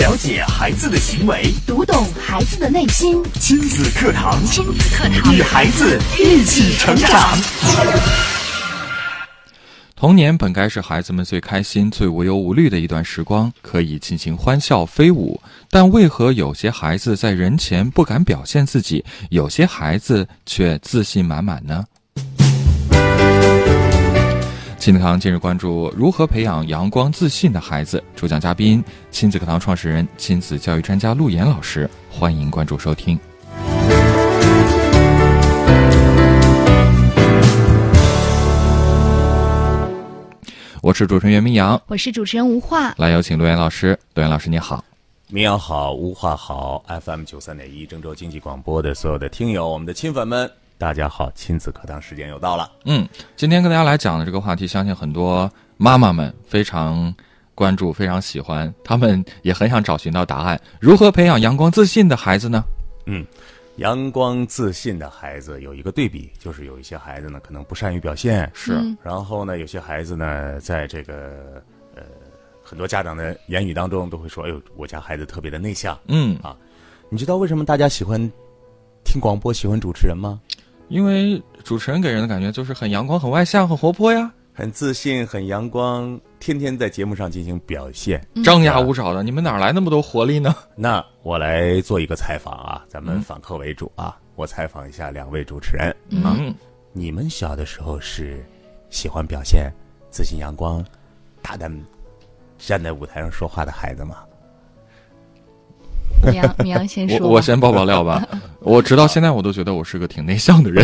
了解孩子的行为， 读懂孩子的内心。 亲子课堂， 与孩子一起成长。 童年本该是孩子们最开心、最无忧无虑的一段时光，可以尽情欢笑飞舞。但为何有些孩子在人前不敢表现自己，有些孩子却自信满满呢？亲子课堂今日关注如何培养阳光自信的孩子，主讲嘉宾亲子课堂创始人、亲子教育专家陆岩老师，欢迎关注收听。我是主持人袁明阳， 我是主持人吴化， 来有请陆岩老师。陆岩老师你好。 明阳好，吴化好， FM 93.1郑州经济广播的所有的听友，我们的亲粉们大家好，亲子课堂时间又到了。 今天跟大家来讲的这个话题，相信很多妈妈们非常关注，非常喜欢，他们也很想找寻到答案。如何培养阳光自信的孩子呢？ 阳光自信的孩子有一个对比，就是有一些孩子呢可能不善于表现，然后呢有些孩子呢在这个很多家长的言语当中都会说，哎呦，我家孩子特别的内向。你知道为什么大家喜欢听广播，喜欢主持人吗？ 因为主持人给人的感觉就是很阳光、很外向、很活泼呀， 很自信、很阳光，天天在节目上进行表现， 张牙舞爪的。你们哪来那么多活力呢？ 那我来做一个采访啊，咱们访客为主啊，我采访一下两位主持人。你们小的时候是喜欢表现、自信、阳光、大胆站在舞台上说话的孩子吗？ 明阳先说。 我先爆料吧。我直到现在我都觉得我是个挺内向的人。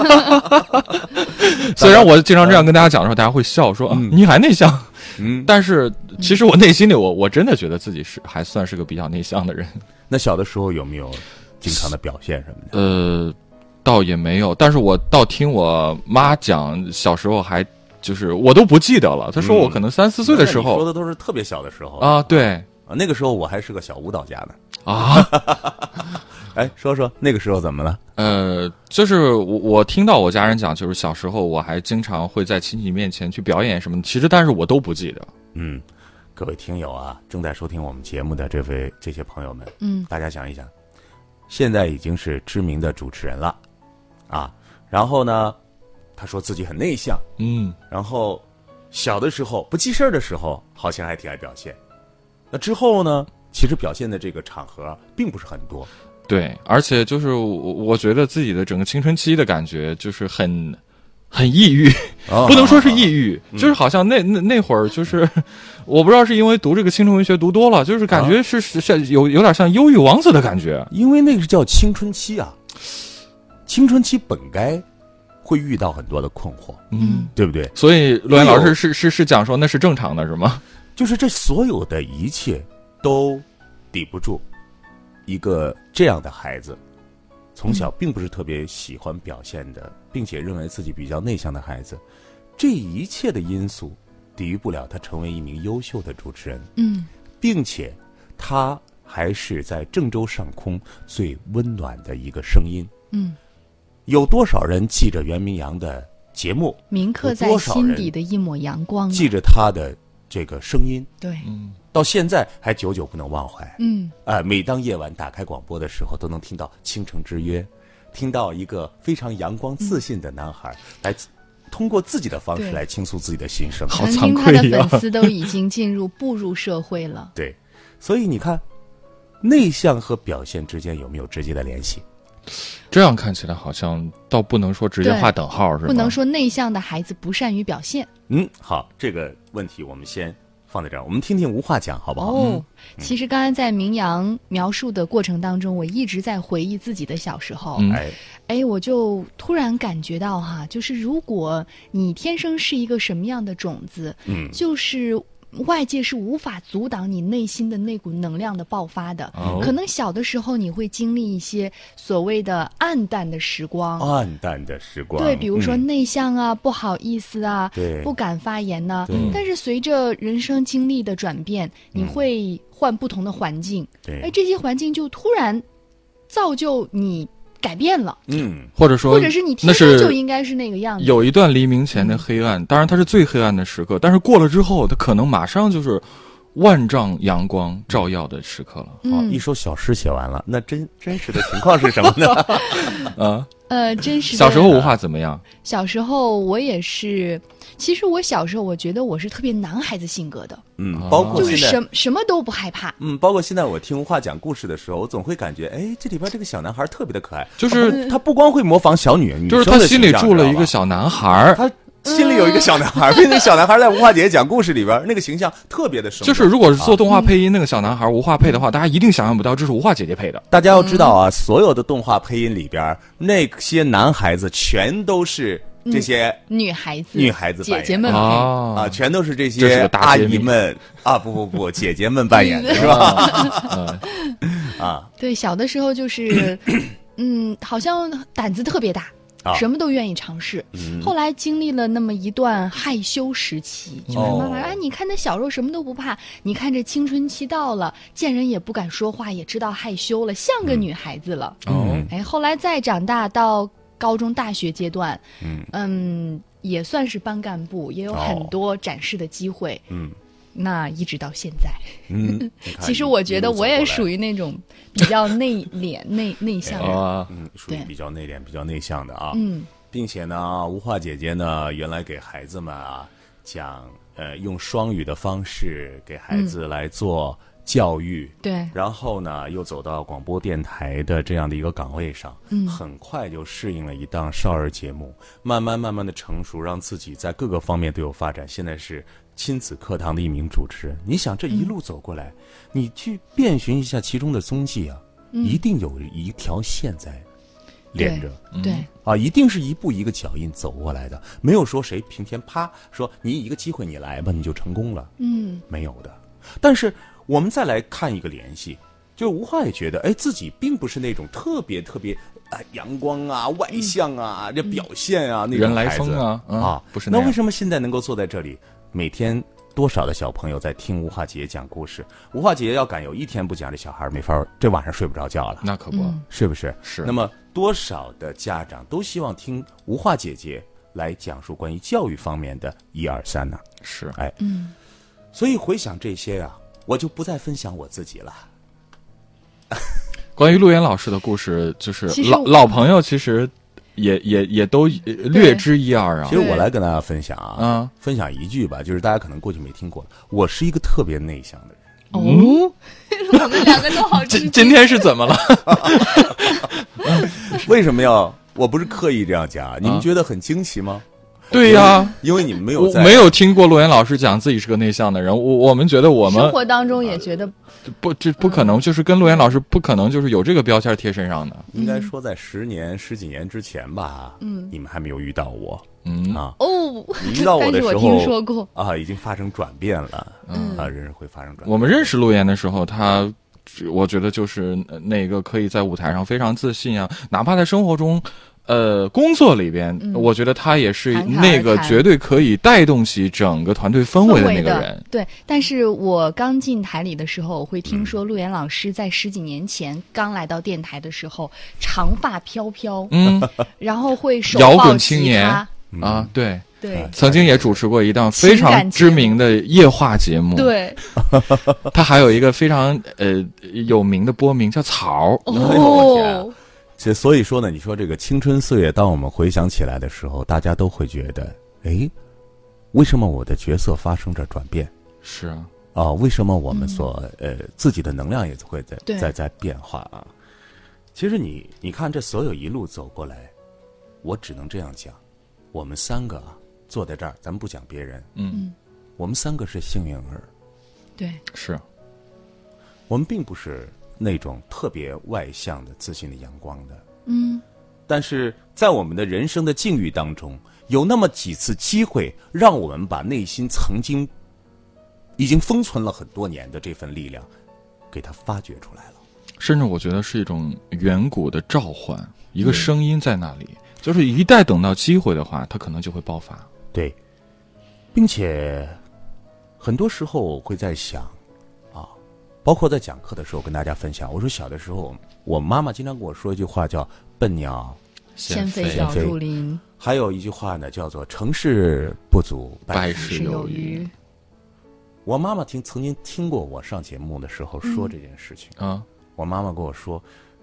虽然我经常这样跟大家讲的时候，大家会笑说，你还内向。但是其实我内心里我真的觉得自己还算是个比较内向的人。 那小的时候有没有经常的表现什么的？ 倒也没有，但是我倒听我妈讲，小时候还就是我都不记得了。她说我可能3、4岁的时候， 你说的都是特别小的时候啊，对。 那个时候我还是个小舞蹈家呢。 啊， 哎，说说那个时候怎么了？ 就是我听到我家人讲，就是小时候我还经常会在亲戚面前去表演什么的，其实但是我都不记得。 各位听友啊，正在收听我们节目的这些朋友们，大家想一想，现在已经是知名的主持人了啊，然后呢，他说自己很内向，然后小的时候不记事儿的时候，好像还挺爱表现。那之后呢，其实表现的这个场合并不是很多。 对，而且就是我觉得自己的整个青春期的感觉就是很抑郁，不能说是抑郁，就是好像那会儿就是我不知道是因为读这个青春文学读多了，就是感觉是有点像忧郁王子的感觉。 因为那个叫青春期啊，青春期本该会遇到很多的困惑，对不对？ 所以陆岩老师是讲说那是正常的，是吗？ 就是这所有的一切都抵不住一个这样的孩子，从小并不是特别喜欢表现的，并且认为自己比较内向的孩子，这一切的因素抵御不了他成为一名优秀的主持人。并且他还是在郑州上空最温暖的一个声音。有多少人记着袁明阳的节目， 铭刻在心底的一抹阳光， 记着他的这个声音， 对， 到现在还久久不能忘怀。每当夜晚打开广播的时候，都能听到倾城之约，听到一个非常阳光自信的男孩来通过自己的方式来倾诉自己的心声。 好惭愧呀！ 曾经他的粉丝都已经步入社会了。 对，所以你看，内向和表现之间有没有直接的联系？ 这样看起来好像倒不能说直接画等号，是吧？ 不能说内向的孩子不善于表现。 好，这个问题我们先放在这儿，我们听听吴化讲好不好？ 其实刚才在明阳描述的过程当中，我一直在回忆自己的小时候。我就突然感觉到就是如果你天生是一个什么样的种子，就是外界是无法阻挡你内心的那股能量的爆发的。可能小的时候你会经历一些所谓的暗淡的时光， 对， 比如说内向啊，不好意思啊，不敢发言啊。但是随着人生经历的转变，你会换不同的环境，这些环境就突然造就你改变了， 或者是你天生就应该是那个样子。 有一段黎明前的黑暗，当然它是最黑暗的时刻，但是过了之后，它可能马上就是万丈阳光照耀的时刻了。 好，一首小诗写完了，那真实的情况是什么呢？ 真实的。 小时候无话怎么样？ 小时候我也是，其实我小时候我觉得我是特别男孩子性格的， 包括就是现在什么都不害怕。 包括现在我听无话讲故事的时候，我总会感觉，哎，这里边这个小男孩特别的可爱， 就是他不光会模仿小女生， 就是他心里住了一个小男孩， 他心里有一个小男孩，并且那个小男孩在无话姐姐讲故事里边那个形象特别的生动。 就是如果是做动画配音那个小男孩无话配的话，大家一定想象不到这是无话姐姐配的。 大家要知道啊，所有的动画配音里边那些男孩子全都是这些女孩子姐姐们啊，全都是这些阿姨们啊，不，姐姐们扮演的是吧？啊， 对，小的时候就是好像胆子特别大。什么都愿意尝试，后来经历了那么一段害羞时期，就是妈妈你看那小时候什么都不怕，你看这青春期到了，见人也不敢说话，也知道害羞了，像个女孩子了。后来再长大到高中、大学阶段，也算是班干部，也有很多展示的机会。那一直到现在，其实我觉得我也属于那种比较内敛、内向的， 属于比较内敛、比较内向的啊。并且呢，无话姐姐呢，原来给孩子们啊讲，用双语的方式给孩子来做教育， 对， 然后呢，又走到广播电台的这样的一个岗位上，很快就适应了一档少儿节目，慢慢的成熟，让自己在各个方面都有发展。现在是亲子课堂的一名主持人。你想这一路走过来，你去遍寻一下其中的踪迹啊，一定有一条线在连着， 对啊，一定是一步一个脚印走过来的，没有说谁平天啪说你一个机会你来吧你就成功了，没有的。但是我们再来看一个联系，就是无话也觉得，哎，自己并不是那种特别阳光啊、外向啊、这表现啊那种人来孩子疯啊，不是那为什么现在能够坐在这里，每天多少的小朋友在听无话姐姐讲故事？无话姐姐要敢有一天不讲，这小孩没法，这晚上睡不着觉了。 那可不， 是不是？ 是。 那么多少的家长都希望听无话姐姐来讲述关于教育方面的1、2、3呢？ 是， 哎，所以回想这些啊，我就不再分享我自己了。 关于陆岩老师的故事，就是老朋友其实也都略知一二啊。 其实我来跟大家分享啊，分享一句吧，就是大家可能过去没听过，我是一个特别内向的人。 我们两个都好今天是怎么了？ 为什么我不是刻意这样讲，你们觉得很惊奇吗？ 对呀， 因为你们没有听过陆岩老师讲自己是个内向的人，我们觉得我们生活当中也觉得这不可能，就是跟陆岩老师不可能就是有这个标签贴身上的。 应该说在十几年之前吧，你们还没有遇到我，你遇到我的时候， 但是我听说过啊，已经发生转变了，人会发生转变。 我们认识陆岩的时候，我觉得就是那个可以在舞台上非常自信啊，哪怕在生活中。工作里边，我觉得他也是那个绝对可以带动起整个团队氛围的那个人。 对，但是我刚进台里的时候，我会听说陆岩老师在10几年前刚来到电台的时候，长发飘飘，然后会手摇抱滚青年啊，对，曾经也主持过一档非常知名的夜话节目。 对， 他还有一个非常有名的播名叫草。 所以说呢，你说这个青春岁月，当我们回想起来的时候，大家都会觉得，哎，为什么我的角色发生着转变？ 是啊，为什么我们自己的能量也会在变化啊？其实你看这所有一路走过来，我只能这样讲，我们3个坐在这儿，咱们不讲别人，我们3个是幸运儿， 对， 是， 我们并不是那种特别外向的、自信的、阳光的，但是在我们的人生的境遇当中，有那么几次机会，让我们把内心曾经已经封存了很多年的这份力量，给它发掘出来了。 甚至我觉得是一种远古的召唤，一个声音在那里，就是一旦等到机会的话，它可能就会爆发。 对，并且很多时候我会在想。包括在讲课的时候跟大家分享，我说小的时候我妈妈经常跟我说一句话叫笨鸟先飞早入林， 还有一句话呢叫做成事不足败事有余。 我妈妈曾经听过我上节目的时候说这件事情啊。我妈妈跟我说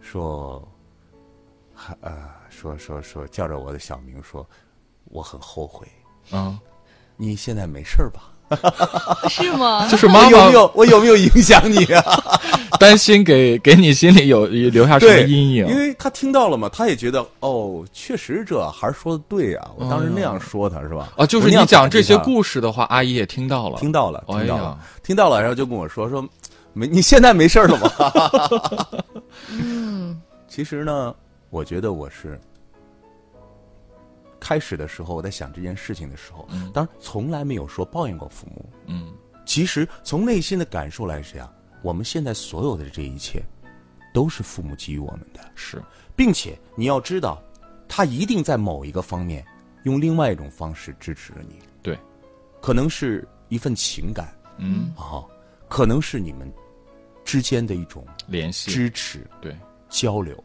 叫着我的小名说，我很后悔啊。你现在没事吧？ 是吗？ 就是妈妈我有没有影响你啊？ 担心给你心里有留下什么阴影？ 因为他听到了嘛，他也觉得确实这孩儿说的对啊，我当时那样说他是吧？ 啊，就是你讲这些故事的话，阿姨也听到了， 听到了，然后就跟我说你现在没事了吗？其实呢，我觉得我是开始的时候，我在想这件事情的时候，当然从来没有说抱怨过父母。其实从内心的感受来讲，我们现在所有的这一切，都是父母给予我们的， 是， 并且你要知道，他一定在某一个方面用另外一种方式支持着你。 对， 可能是一份情感，可能是你们之间的一种联系、 支持、 对交流。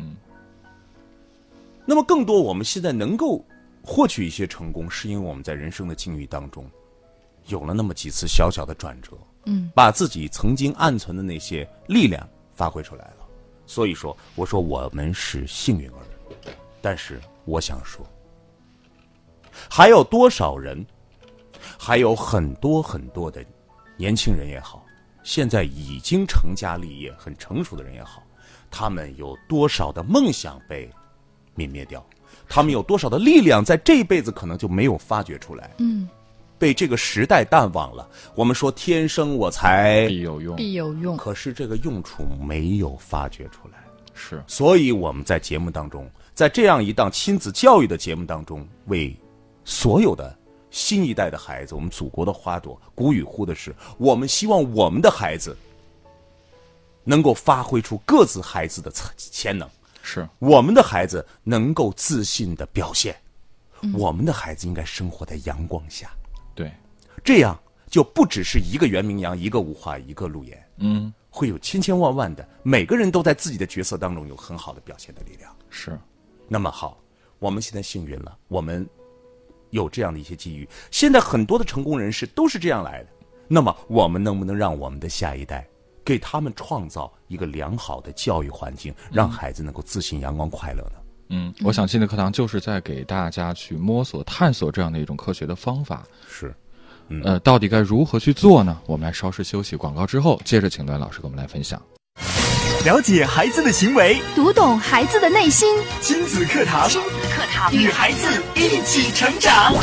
那么更多我们现在能够获取一些成功，是因为我们在人生的境遇当中有了那么几次小小的转折，把自己曾经暗存的那些力量发挥出来了。所以说，我说我们是幸运儿，但是我想说，还有多少人，还有很多很多的年轻人也好，现在已经成家立业、很成熟的人也好，他们有多少的梦想被泯灭掉，他们有多少的力量在这一辈子可能就没有发掘出来，被这个时代淡忘了。我们说天生我材必有用， 可是这个用处没有发掘出来。 是， 所以我们在节目当中，在这样一档亲子教育的节目当中，为所有的新一代的孩子，我们祖国的花朵鼓与呼的是，我们希望我们的孩子能够发挥出各自孩子的潜能， 是我们的孩子能够自信的表现，我们的孩子应该生活在阳光下。 对， 这样就不只是一个袁明阳，一个吴华，一个陆岩，会有千千万万的，每个人都在自己的角色当中有很好的表现的力量。 是， 那么好，我们现在幸运了，我们有这样的一些机遇。现在很多的成功人士都是这样来的，那么我们能不能让我们的下一代给他们创造一个良好的教育环境，让孩子能够自信、阳光、快乐呢？ 我想亲子课堂就是在给大家去摸索、探索这样的一种科学的方法。 是， 到底该如何去做呢？我们来稍事休息，广告之后接着请段老师跟我们来分享。 了解孩子的行为， 读懂孩子的内心。 亲子课堂，与孩子一起成长。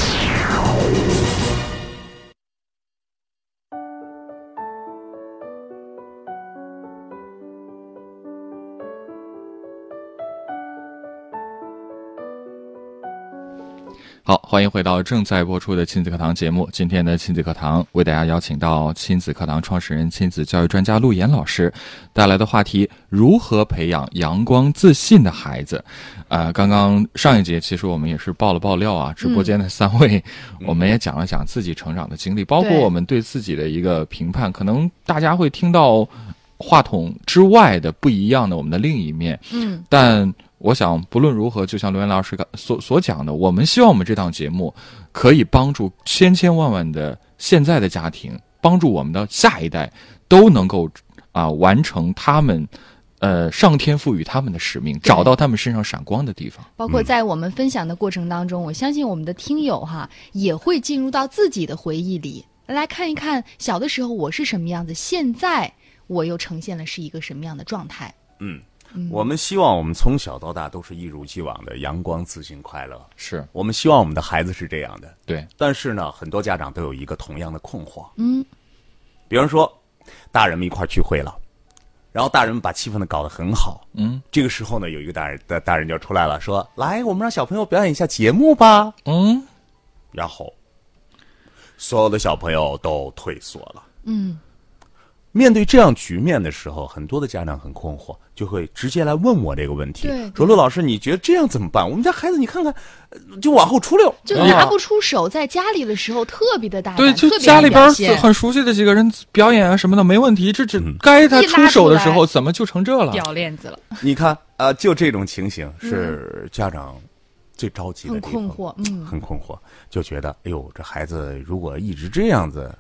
好，欢迎回到正在播出的亲子课堂节目。今天的亲子课堂为大家邀请到亲子课堂创始人、亲子教育专家陆岩老师带来的话题：如何培养阳光自信的孩子。刚刚上一节其实我们也是爆料啊，直播间的3位，我们也讲了讲自己成长的经历，包括我们对自己的一个评判。可能大家会听到话筒之外的不一样的我们的另一面，但我想不论如何，就像刘岩老师所讲的，我们希望我们这档节目可以帮助千千万万的现在的家庭，帮助我们的下一代都能够完成他们上天赋予他们的使命，找到他们身上闪光的地方。 包括在我们分享的过程当中，我相信我们的听友也会进入到自己的回忆里，来看一看小的时候我是什么样子，现在我又呈现了是一个什么样的状态。 我们希望我们从小到大都是一如既往的阳光、自信、快乐。 是我们希望我们的孩子是这样的。 对， 但是呢，很多家长都有一个同样的困惑。比方说，大人们一块儿聚会了，然后大人们把气氛搞得很好。这个时候呢，有一个大人就出来了，说：“来，我们让小朋友表演一下节目吧。”然后所有的小朋友都退缩了。面对这样局面的时候，很多的家长很困惑，就会直接来问我这个问题，说：“陆老师，你觉得这样怎么办？我们家孩子，你看看，就往后出溜， 就拿不出手，在家里的时候特别的大胆， 对，就家里边很熟悉的几个人表演啊什么的没问题，这该他出手的时候，怎么就成这了？ 掉链子了。 你看就这种情形是家长最着急的地方， 很困惑， 很困惑，就觉得哎呦，这孩子如果一直这样子。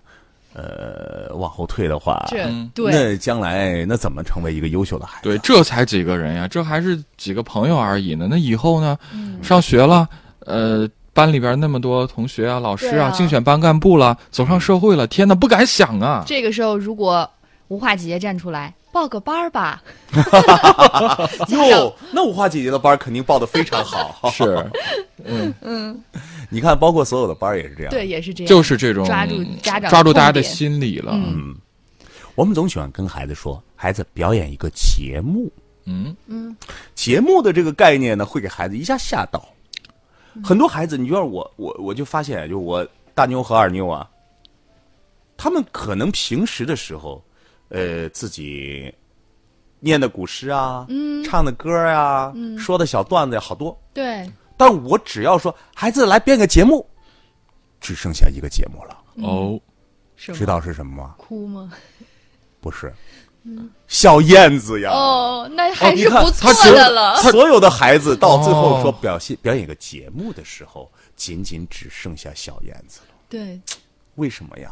往后退的话， 对， 那将来那怎么成为一个优秀的孩子？ 对，这才几个人呀，这还是几个朋友而已呢。那以后呢？上学了，班里边那么多同学啊、老师啊，竞选班干部了，走上社会了，天哪，不敢想啊！ 这个时候，如果吴化姐姐站出来报个班吧， 哟，那吴化姐姐的班肯定报得非常好。 是， 你看，包括所有的班也是这样， 对，也是这样， 就是这种抓住家长， 抓住大家的心理了。 我们总喜欢跟孩子说，孩子表演一个节目，节目的这个概念呢，会给孩子一下吓到。很多孩子，你就让我就发现，就我大妞和二妞啊，他们可能平时的时候，自己念的古诗啊，唱的歌啊，说的小段子呀，好多。 对。 但我只要说孩子来编个节目，只剩下一个节目了。 哦， 知道是什么吗？ 哭吗？ 不是，小燕子呀。 哦，那还是不错的了。 所有的孩子到最后说表演一个节目的时候，仅仅只剩下小燕子了。 对， 为什么呀？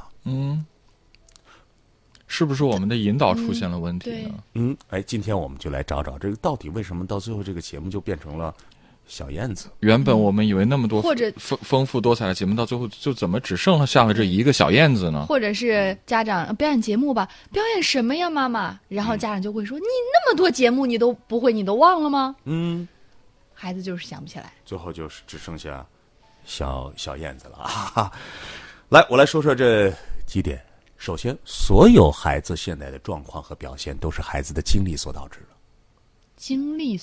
是不是我们的引导出现了问题呢？ 今天我们就来找找这个到底为什么到最后这个节目就变成了小燕子。 原本我们以为那么多或者丰富多彩的节目，到最后就怎么只剩下了这一个小燕子呢？ 或者是家长表演节目吧，表演什么呀，妈妈？然后家长就会说：“你那么多节目你都不会，你都忘了吗？”孩子就是想不起来， 最后就是只剩下小燕子了。来，我来说说这几点。首先，所有孩子现在的状况和表现都是孩子的经历所导致的。经历，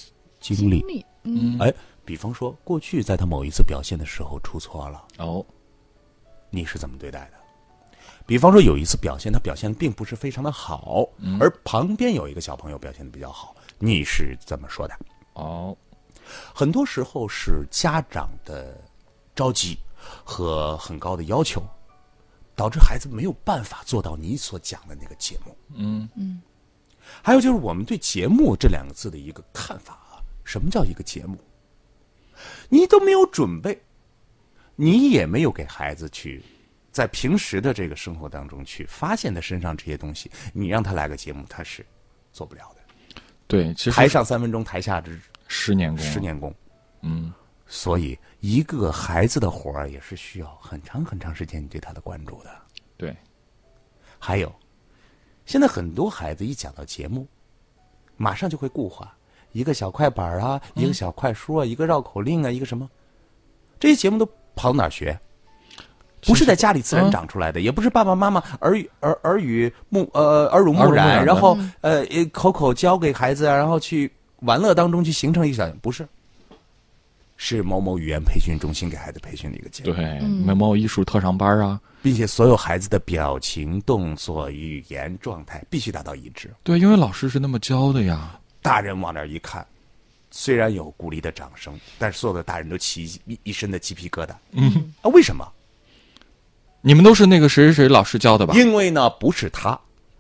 比方说，过去在他某一次表现的时候出错了，你是怎么对待的？比方说，有一次表现他表现并不是非常的好，而旁边有一个小朋友表现的比较好，你是怎么说的？很多时候是家长的着急和很高的要求，导致孩子没有办法做到你所讲的那个节目。还有就是我们对节目这两个字的一个看法啊，什么叫一个节目？你都没有准备，你也没有给孩子去在平时的这个生活当中去发现他身上这些东西，你让他来个节目，他是做不了的。 对，其实台上3分钟，台下 10年功。 10年功。所以一个孩子的活儿也是需要很长很长时间你对他的关注的。 对。 还有，现在很多孩子一讲到节目，马上就会固化，一个小快板啊，一个小快书啊，一个绕口令啊，一个什么，这些节目都跑哪儿学？不是在家里自然长出来的，也不是爸爸妈妈耳濡目染，然后口口教给孩子啊，然后去玩乐当中去形成一个小，不是，是某某语言培训中心给孩子培训的一个节目， 对，某某艺术特长班啊， 并且所有孩子的表情、动作、语言状态必须达到一致。 对，因为老师是那么教的呀。 大人往那儿一看，虽然有鼓励的掌声，但是所有的大人都起一身的鸡皮疙瘩。为什么？ 你们都是那个谁谁谁老师教的吧？ 因为呢，不是他。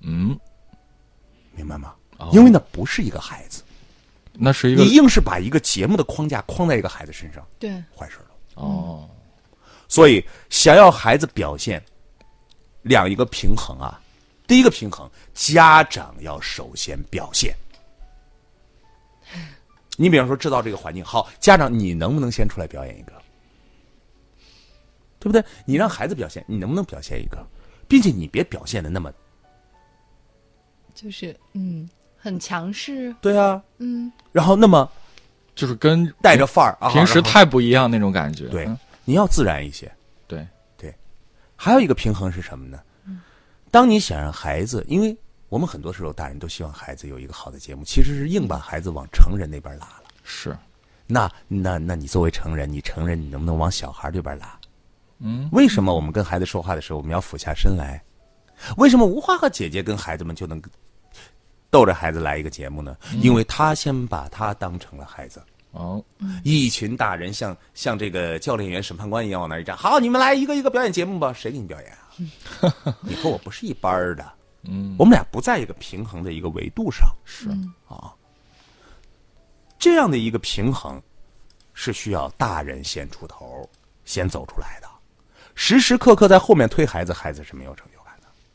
明白吗？因为那不是一个孩子， 那是一个你硬是把一个节目的框架框在一个孩子身上， 对， 坏事了。所以想要孩子表现一个平衡啊，第一个平衡，家长要首先表现。你比方说制造这个环境，好，家长你能不能先出来表演一个？对不对？你让孩子表现，你能不能表现一个，并且你别表现的那么， 就是很强势。 对啊，然后那么就是跟带着范儿啊， 平时太不一样那种感觉。 对，你要自然一些。 对。 还有一个平衡是什么呢？当你想让孩子，因为我们很多时候大人都希望孩子有一个好的节目，其实是硬把孩子往成人那边拉了。 是。 那你作为成人，你能不能往小孩这边拉？为什么我们跟孩子说话的时候，我们要俯下身来？为什么吴花和姐姐跟孩子们就能逗着孩子来一个节目呢？因为他先把他当成了孩子。一群大人像这个教练员、审判官一样往那一站，好，你们来一个一个表演节目吧。谁给你表演啊？你和我不是一班的。我们俩不在一个平衡的一个维度上。 是这样的一个平衡是需要大人先出头，先走出来的。时时刻刻在后面推孩子，孩子是没有成就感的。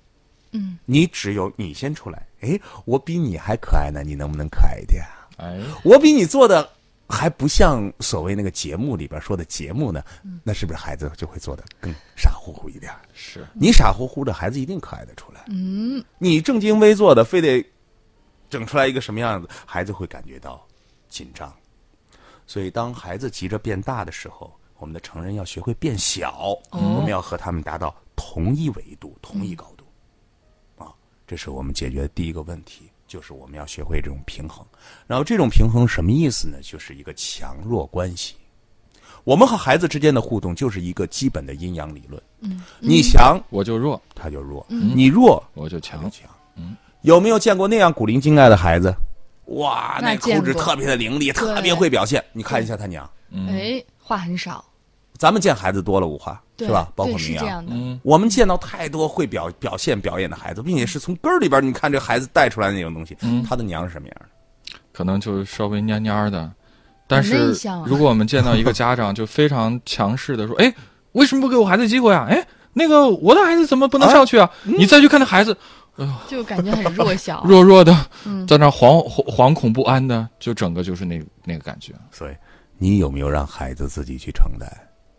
你只有你先出来，我比你还可爱呢，你能不能可爱一点啊？我比你做的还不像所谓那个节目里边说的节目呢，那是不是孩子就会做的更傻乎乎一点？ 是你傻乎乎的，孩子一定可爱得出来。你正襟危坐的，非得整出来一个什么样子，孩子会感觉到紧张。所以当孩子急着变大的时候，我们的成人要学会变小，我们要和他们达到同一维度、同一高度。这是我们解决的第一个问题，就是我们要学会这种平衡。然后这种平衡什么意思呢？就是一个强弱关系。我们和孩子之间的互动就是一个基本的阴阳理论。你强我就弱， 他就弱；你弱我就强。 有没有见过那样古灵精怪的孩子？哇，那口齿特别的伶俐，特别会表现。你看一下他娘， 话很少。 咱们见孩子多了无话，是吧？包括明阳，我们见到太多会表演的孩子，并且是从根儿里边，你看这孩子带出来的那种东西，他的娘是什么样的？ 可能就稍微蔫蔫的。但是如果我们见到一个家长就非常强势的说，为什么不给我孩子机会啊？那个我的孩子怎么不能上去啊？你再去看那孩子， 就感觉很弱小， 弱弱的，在那惶恐不安的，就整个就是那个感觉。 所以你有没有让孩子自己去承担？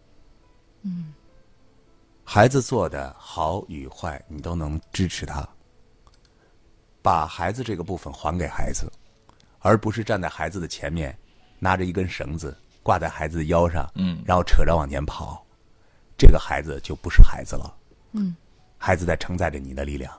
孩子做的好与坏，你都能支持他，把孩子这个部分还给孩子，而不是站在孩子的前面，拿着一根绳子挂在孩子的腰上，然后扯着往前跑，这个孩子就不是孩子了。孩子在承载着你的力量。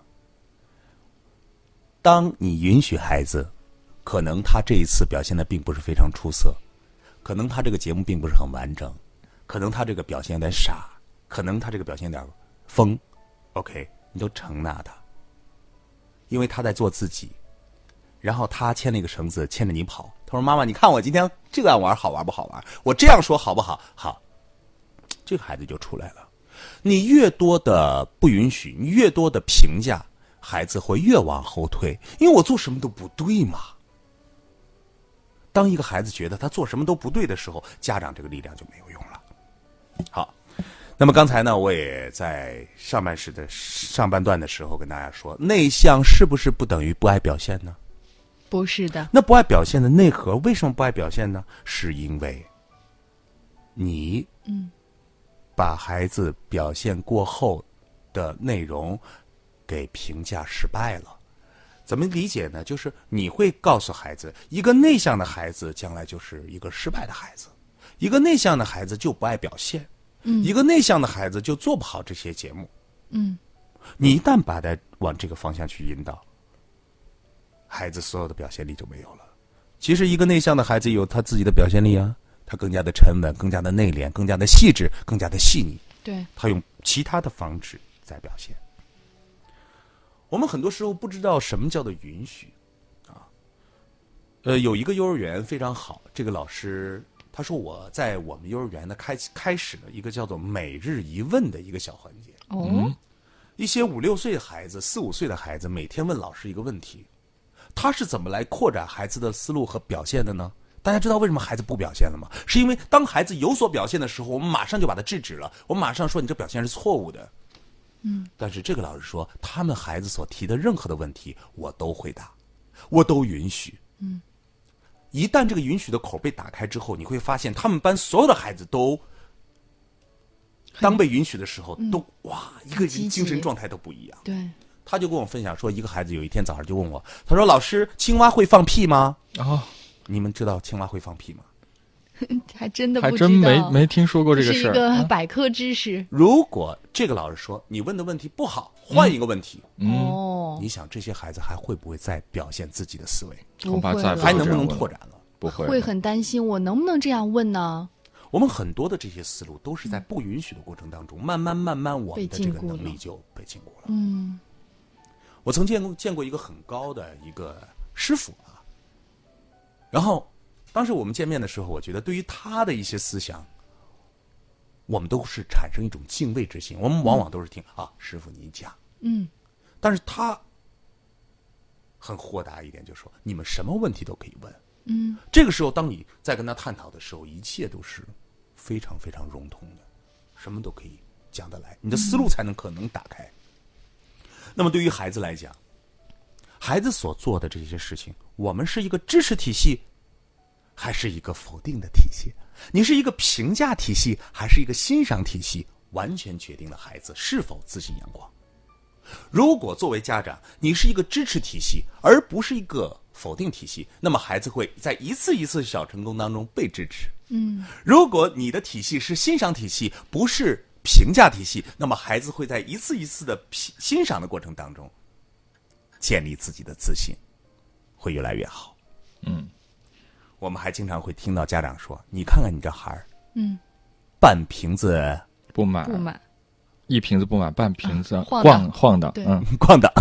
当你允许孩子，可能他这一次表现的并不是非常出色，可能他这个节目并不是很完整，可能他这个表现有点傻，可能他这个表现有点疯 ，OK， 你都承纳他，因为他在做自己。然后他牵了一个绳子牵着你跑，他说：“妈妈，你看我今天这样玩好玩不好玩？我这样说好不好？好。”这个孩子就出来了。你越多的不允许，你越多的评价，孩子会越往后退，因为我做什么都不对嘛。当一个孩子觉得他做什么都不对的时候，家长这个力量就没有用了。好，那么刚才呢，我也在上半段的时候跟大家说，内向是不是不等于不爱表现呢？ 不是的。 那不爱表现的内核为什么不爱表现呢？是因为你把孩子表现过后的内容给评价失败了。怎么理解呢？就是你会告诉孩子，一个内向的孩子将来就是一个失败的孩子，一个内向的孩子就不爱表现，一个内向的孩子就做不好这些节目。你一旦把他往这个方向去引导，孩子所有的表现力就没有了。其实一个内向的孩子有他自己的表现力啊，他更加的沉稳，更加的内敛，更加的细致，更加的细腻。 对， 他用其他的方式在表现。我们很多时候不知道什么叫做允许啊。有一个幼儿园非常好，这个老师他说我在我们幼儿园呢开始了一个叫做每日一问的一个小环节。一些5、6岁的孩子、4、5岁的孩子每天问老师一个问题，他是怎么来扩展孩子的思路和表现的呢？大家知道为什么孩子不表现了吗？是因为当孩子有所表现的时候，我们马上就把他制止了，我们马上说你这表现是错误的。但是这个老师说，他们孩子所提的任何的问题，我都回答，我都允许。一旦这个允许的口被打开之后，你会发现他们班所有的孩子都，当被允许的时候，都哇，一个人精神状态都不一样。 对， 他就跟我分享说，一个孩子有一天早上就问我，他说：“老师，青蛙会放屁吗？”你们知道青蛙会放屁吗？ 还真的不知道， 还真没听说过这个事儿， 是一个百科知识。 如果这个老师说你问的问题不好，换一个问题，你想这些孩子还会不会再表现自己的思维？ 恐怕再还能不能拓展了？ 不会， 会很担心我能不能这样问呢？ 我们很多的这些思路都是在不允许的过程当中，慢慢我们的这个能力就被禁锢了。我曾见过一个很高的一个师傅啊，然后当时我们见面的时候，我觉得对于他的一些思想，我们都是产生一种敬畏之心。我们往往都是听师傅你讲，但是他很豁达一点，就说你们什么问题都可以问。这个时候，当你在跟他探讨的时候，一切都是非常非常融通的，什么都可以讲得来，你的思路才能可能打开。 那么对于孩子来讲，孩子所做的这些事情，我们是一个支持体系，还是一个否定的体系？你是一个评价体系，还是一个欣赏体系？完全决定了孩子是否自信阳光。如果作为家长，你是一个支持体系，而不是一个否定体系，那么孩子会在一次一次小成功当中被支持。如果你的体系是欣赏体系，不是评价体系，那么孩子会在一次一次的欣赏的过程当中建立自己的自信，会越来越好。我们还经常会听到家长说，你看看你这孩儿，半瓶子不满，一瓶子不满，半瓶子晃荡， 晃荡。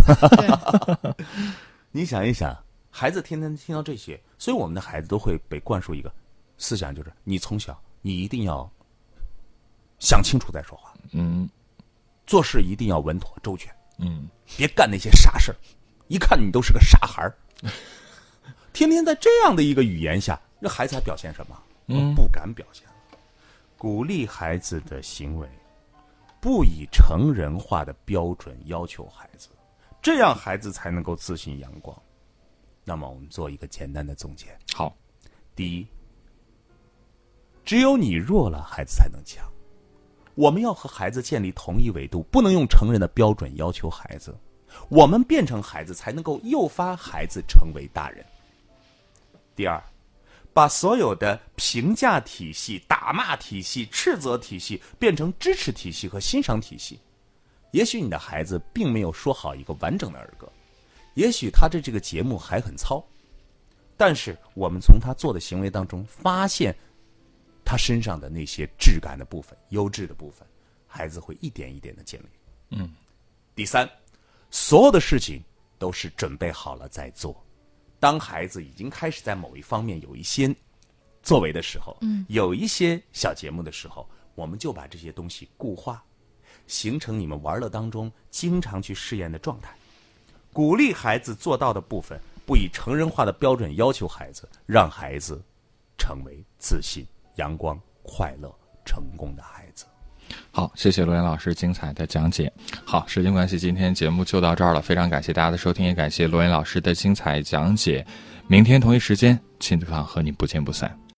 你想一想，孩子天天听到这些，所以我们的孩子都会被灌输一个思想，就是你从小你一定要想清楚再说话，做事一定要稳妥周全，别干那些傻事儿，一看你都是个傻孩儿。天天在这样的一个语言下，那孩子还表现什么？不敢表现了。鼓励孩子的行为，不以成人化的标准要求孩子，这样孩子才能够自信阳光。那么我们做一个简单的总结。 好， 第一，只有你弱了，孩子才能强。我们要和孩子建立同一维度，不能用成人的标准要求孩子。我们变成孩子，才能够诱发孩子成为大人。第二，把所有的评价体系、打骂体系、斥责体系变成支持体系和欣赏体系。也许你的孩子并没有说好一个完整的儿歌，也许他的这个节目还很糙，但是我们从他做的行为当中发现他身上的那些质感的部分、优质的部分，孩子会一点一点的建立。第三，所有的事情都是准备好了再做。当孩子已经开始在某一方面有一些作为的时候，有一些小节目的时候，我们就把这些东西固化，形成你们玩乐当中经常去试验的状态。鼓励孩子做到的部分，不以成人化的标准要求孩子，让孩子成为自信、阳光、快乐、成功的孩子。 好，谢谢罗岩老师精彩的讲解。好，时间关系，今天节目就到这儿了，非常感谢大家的收听，也感谢罗岩老师的精彩讲解。明天同一时间，亲子课堂和你不见不散。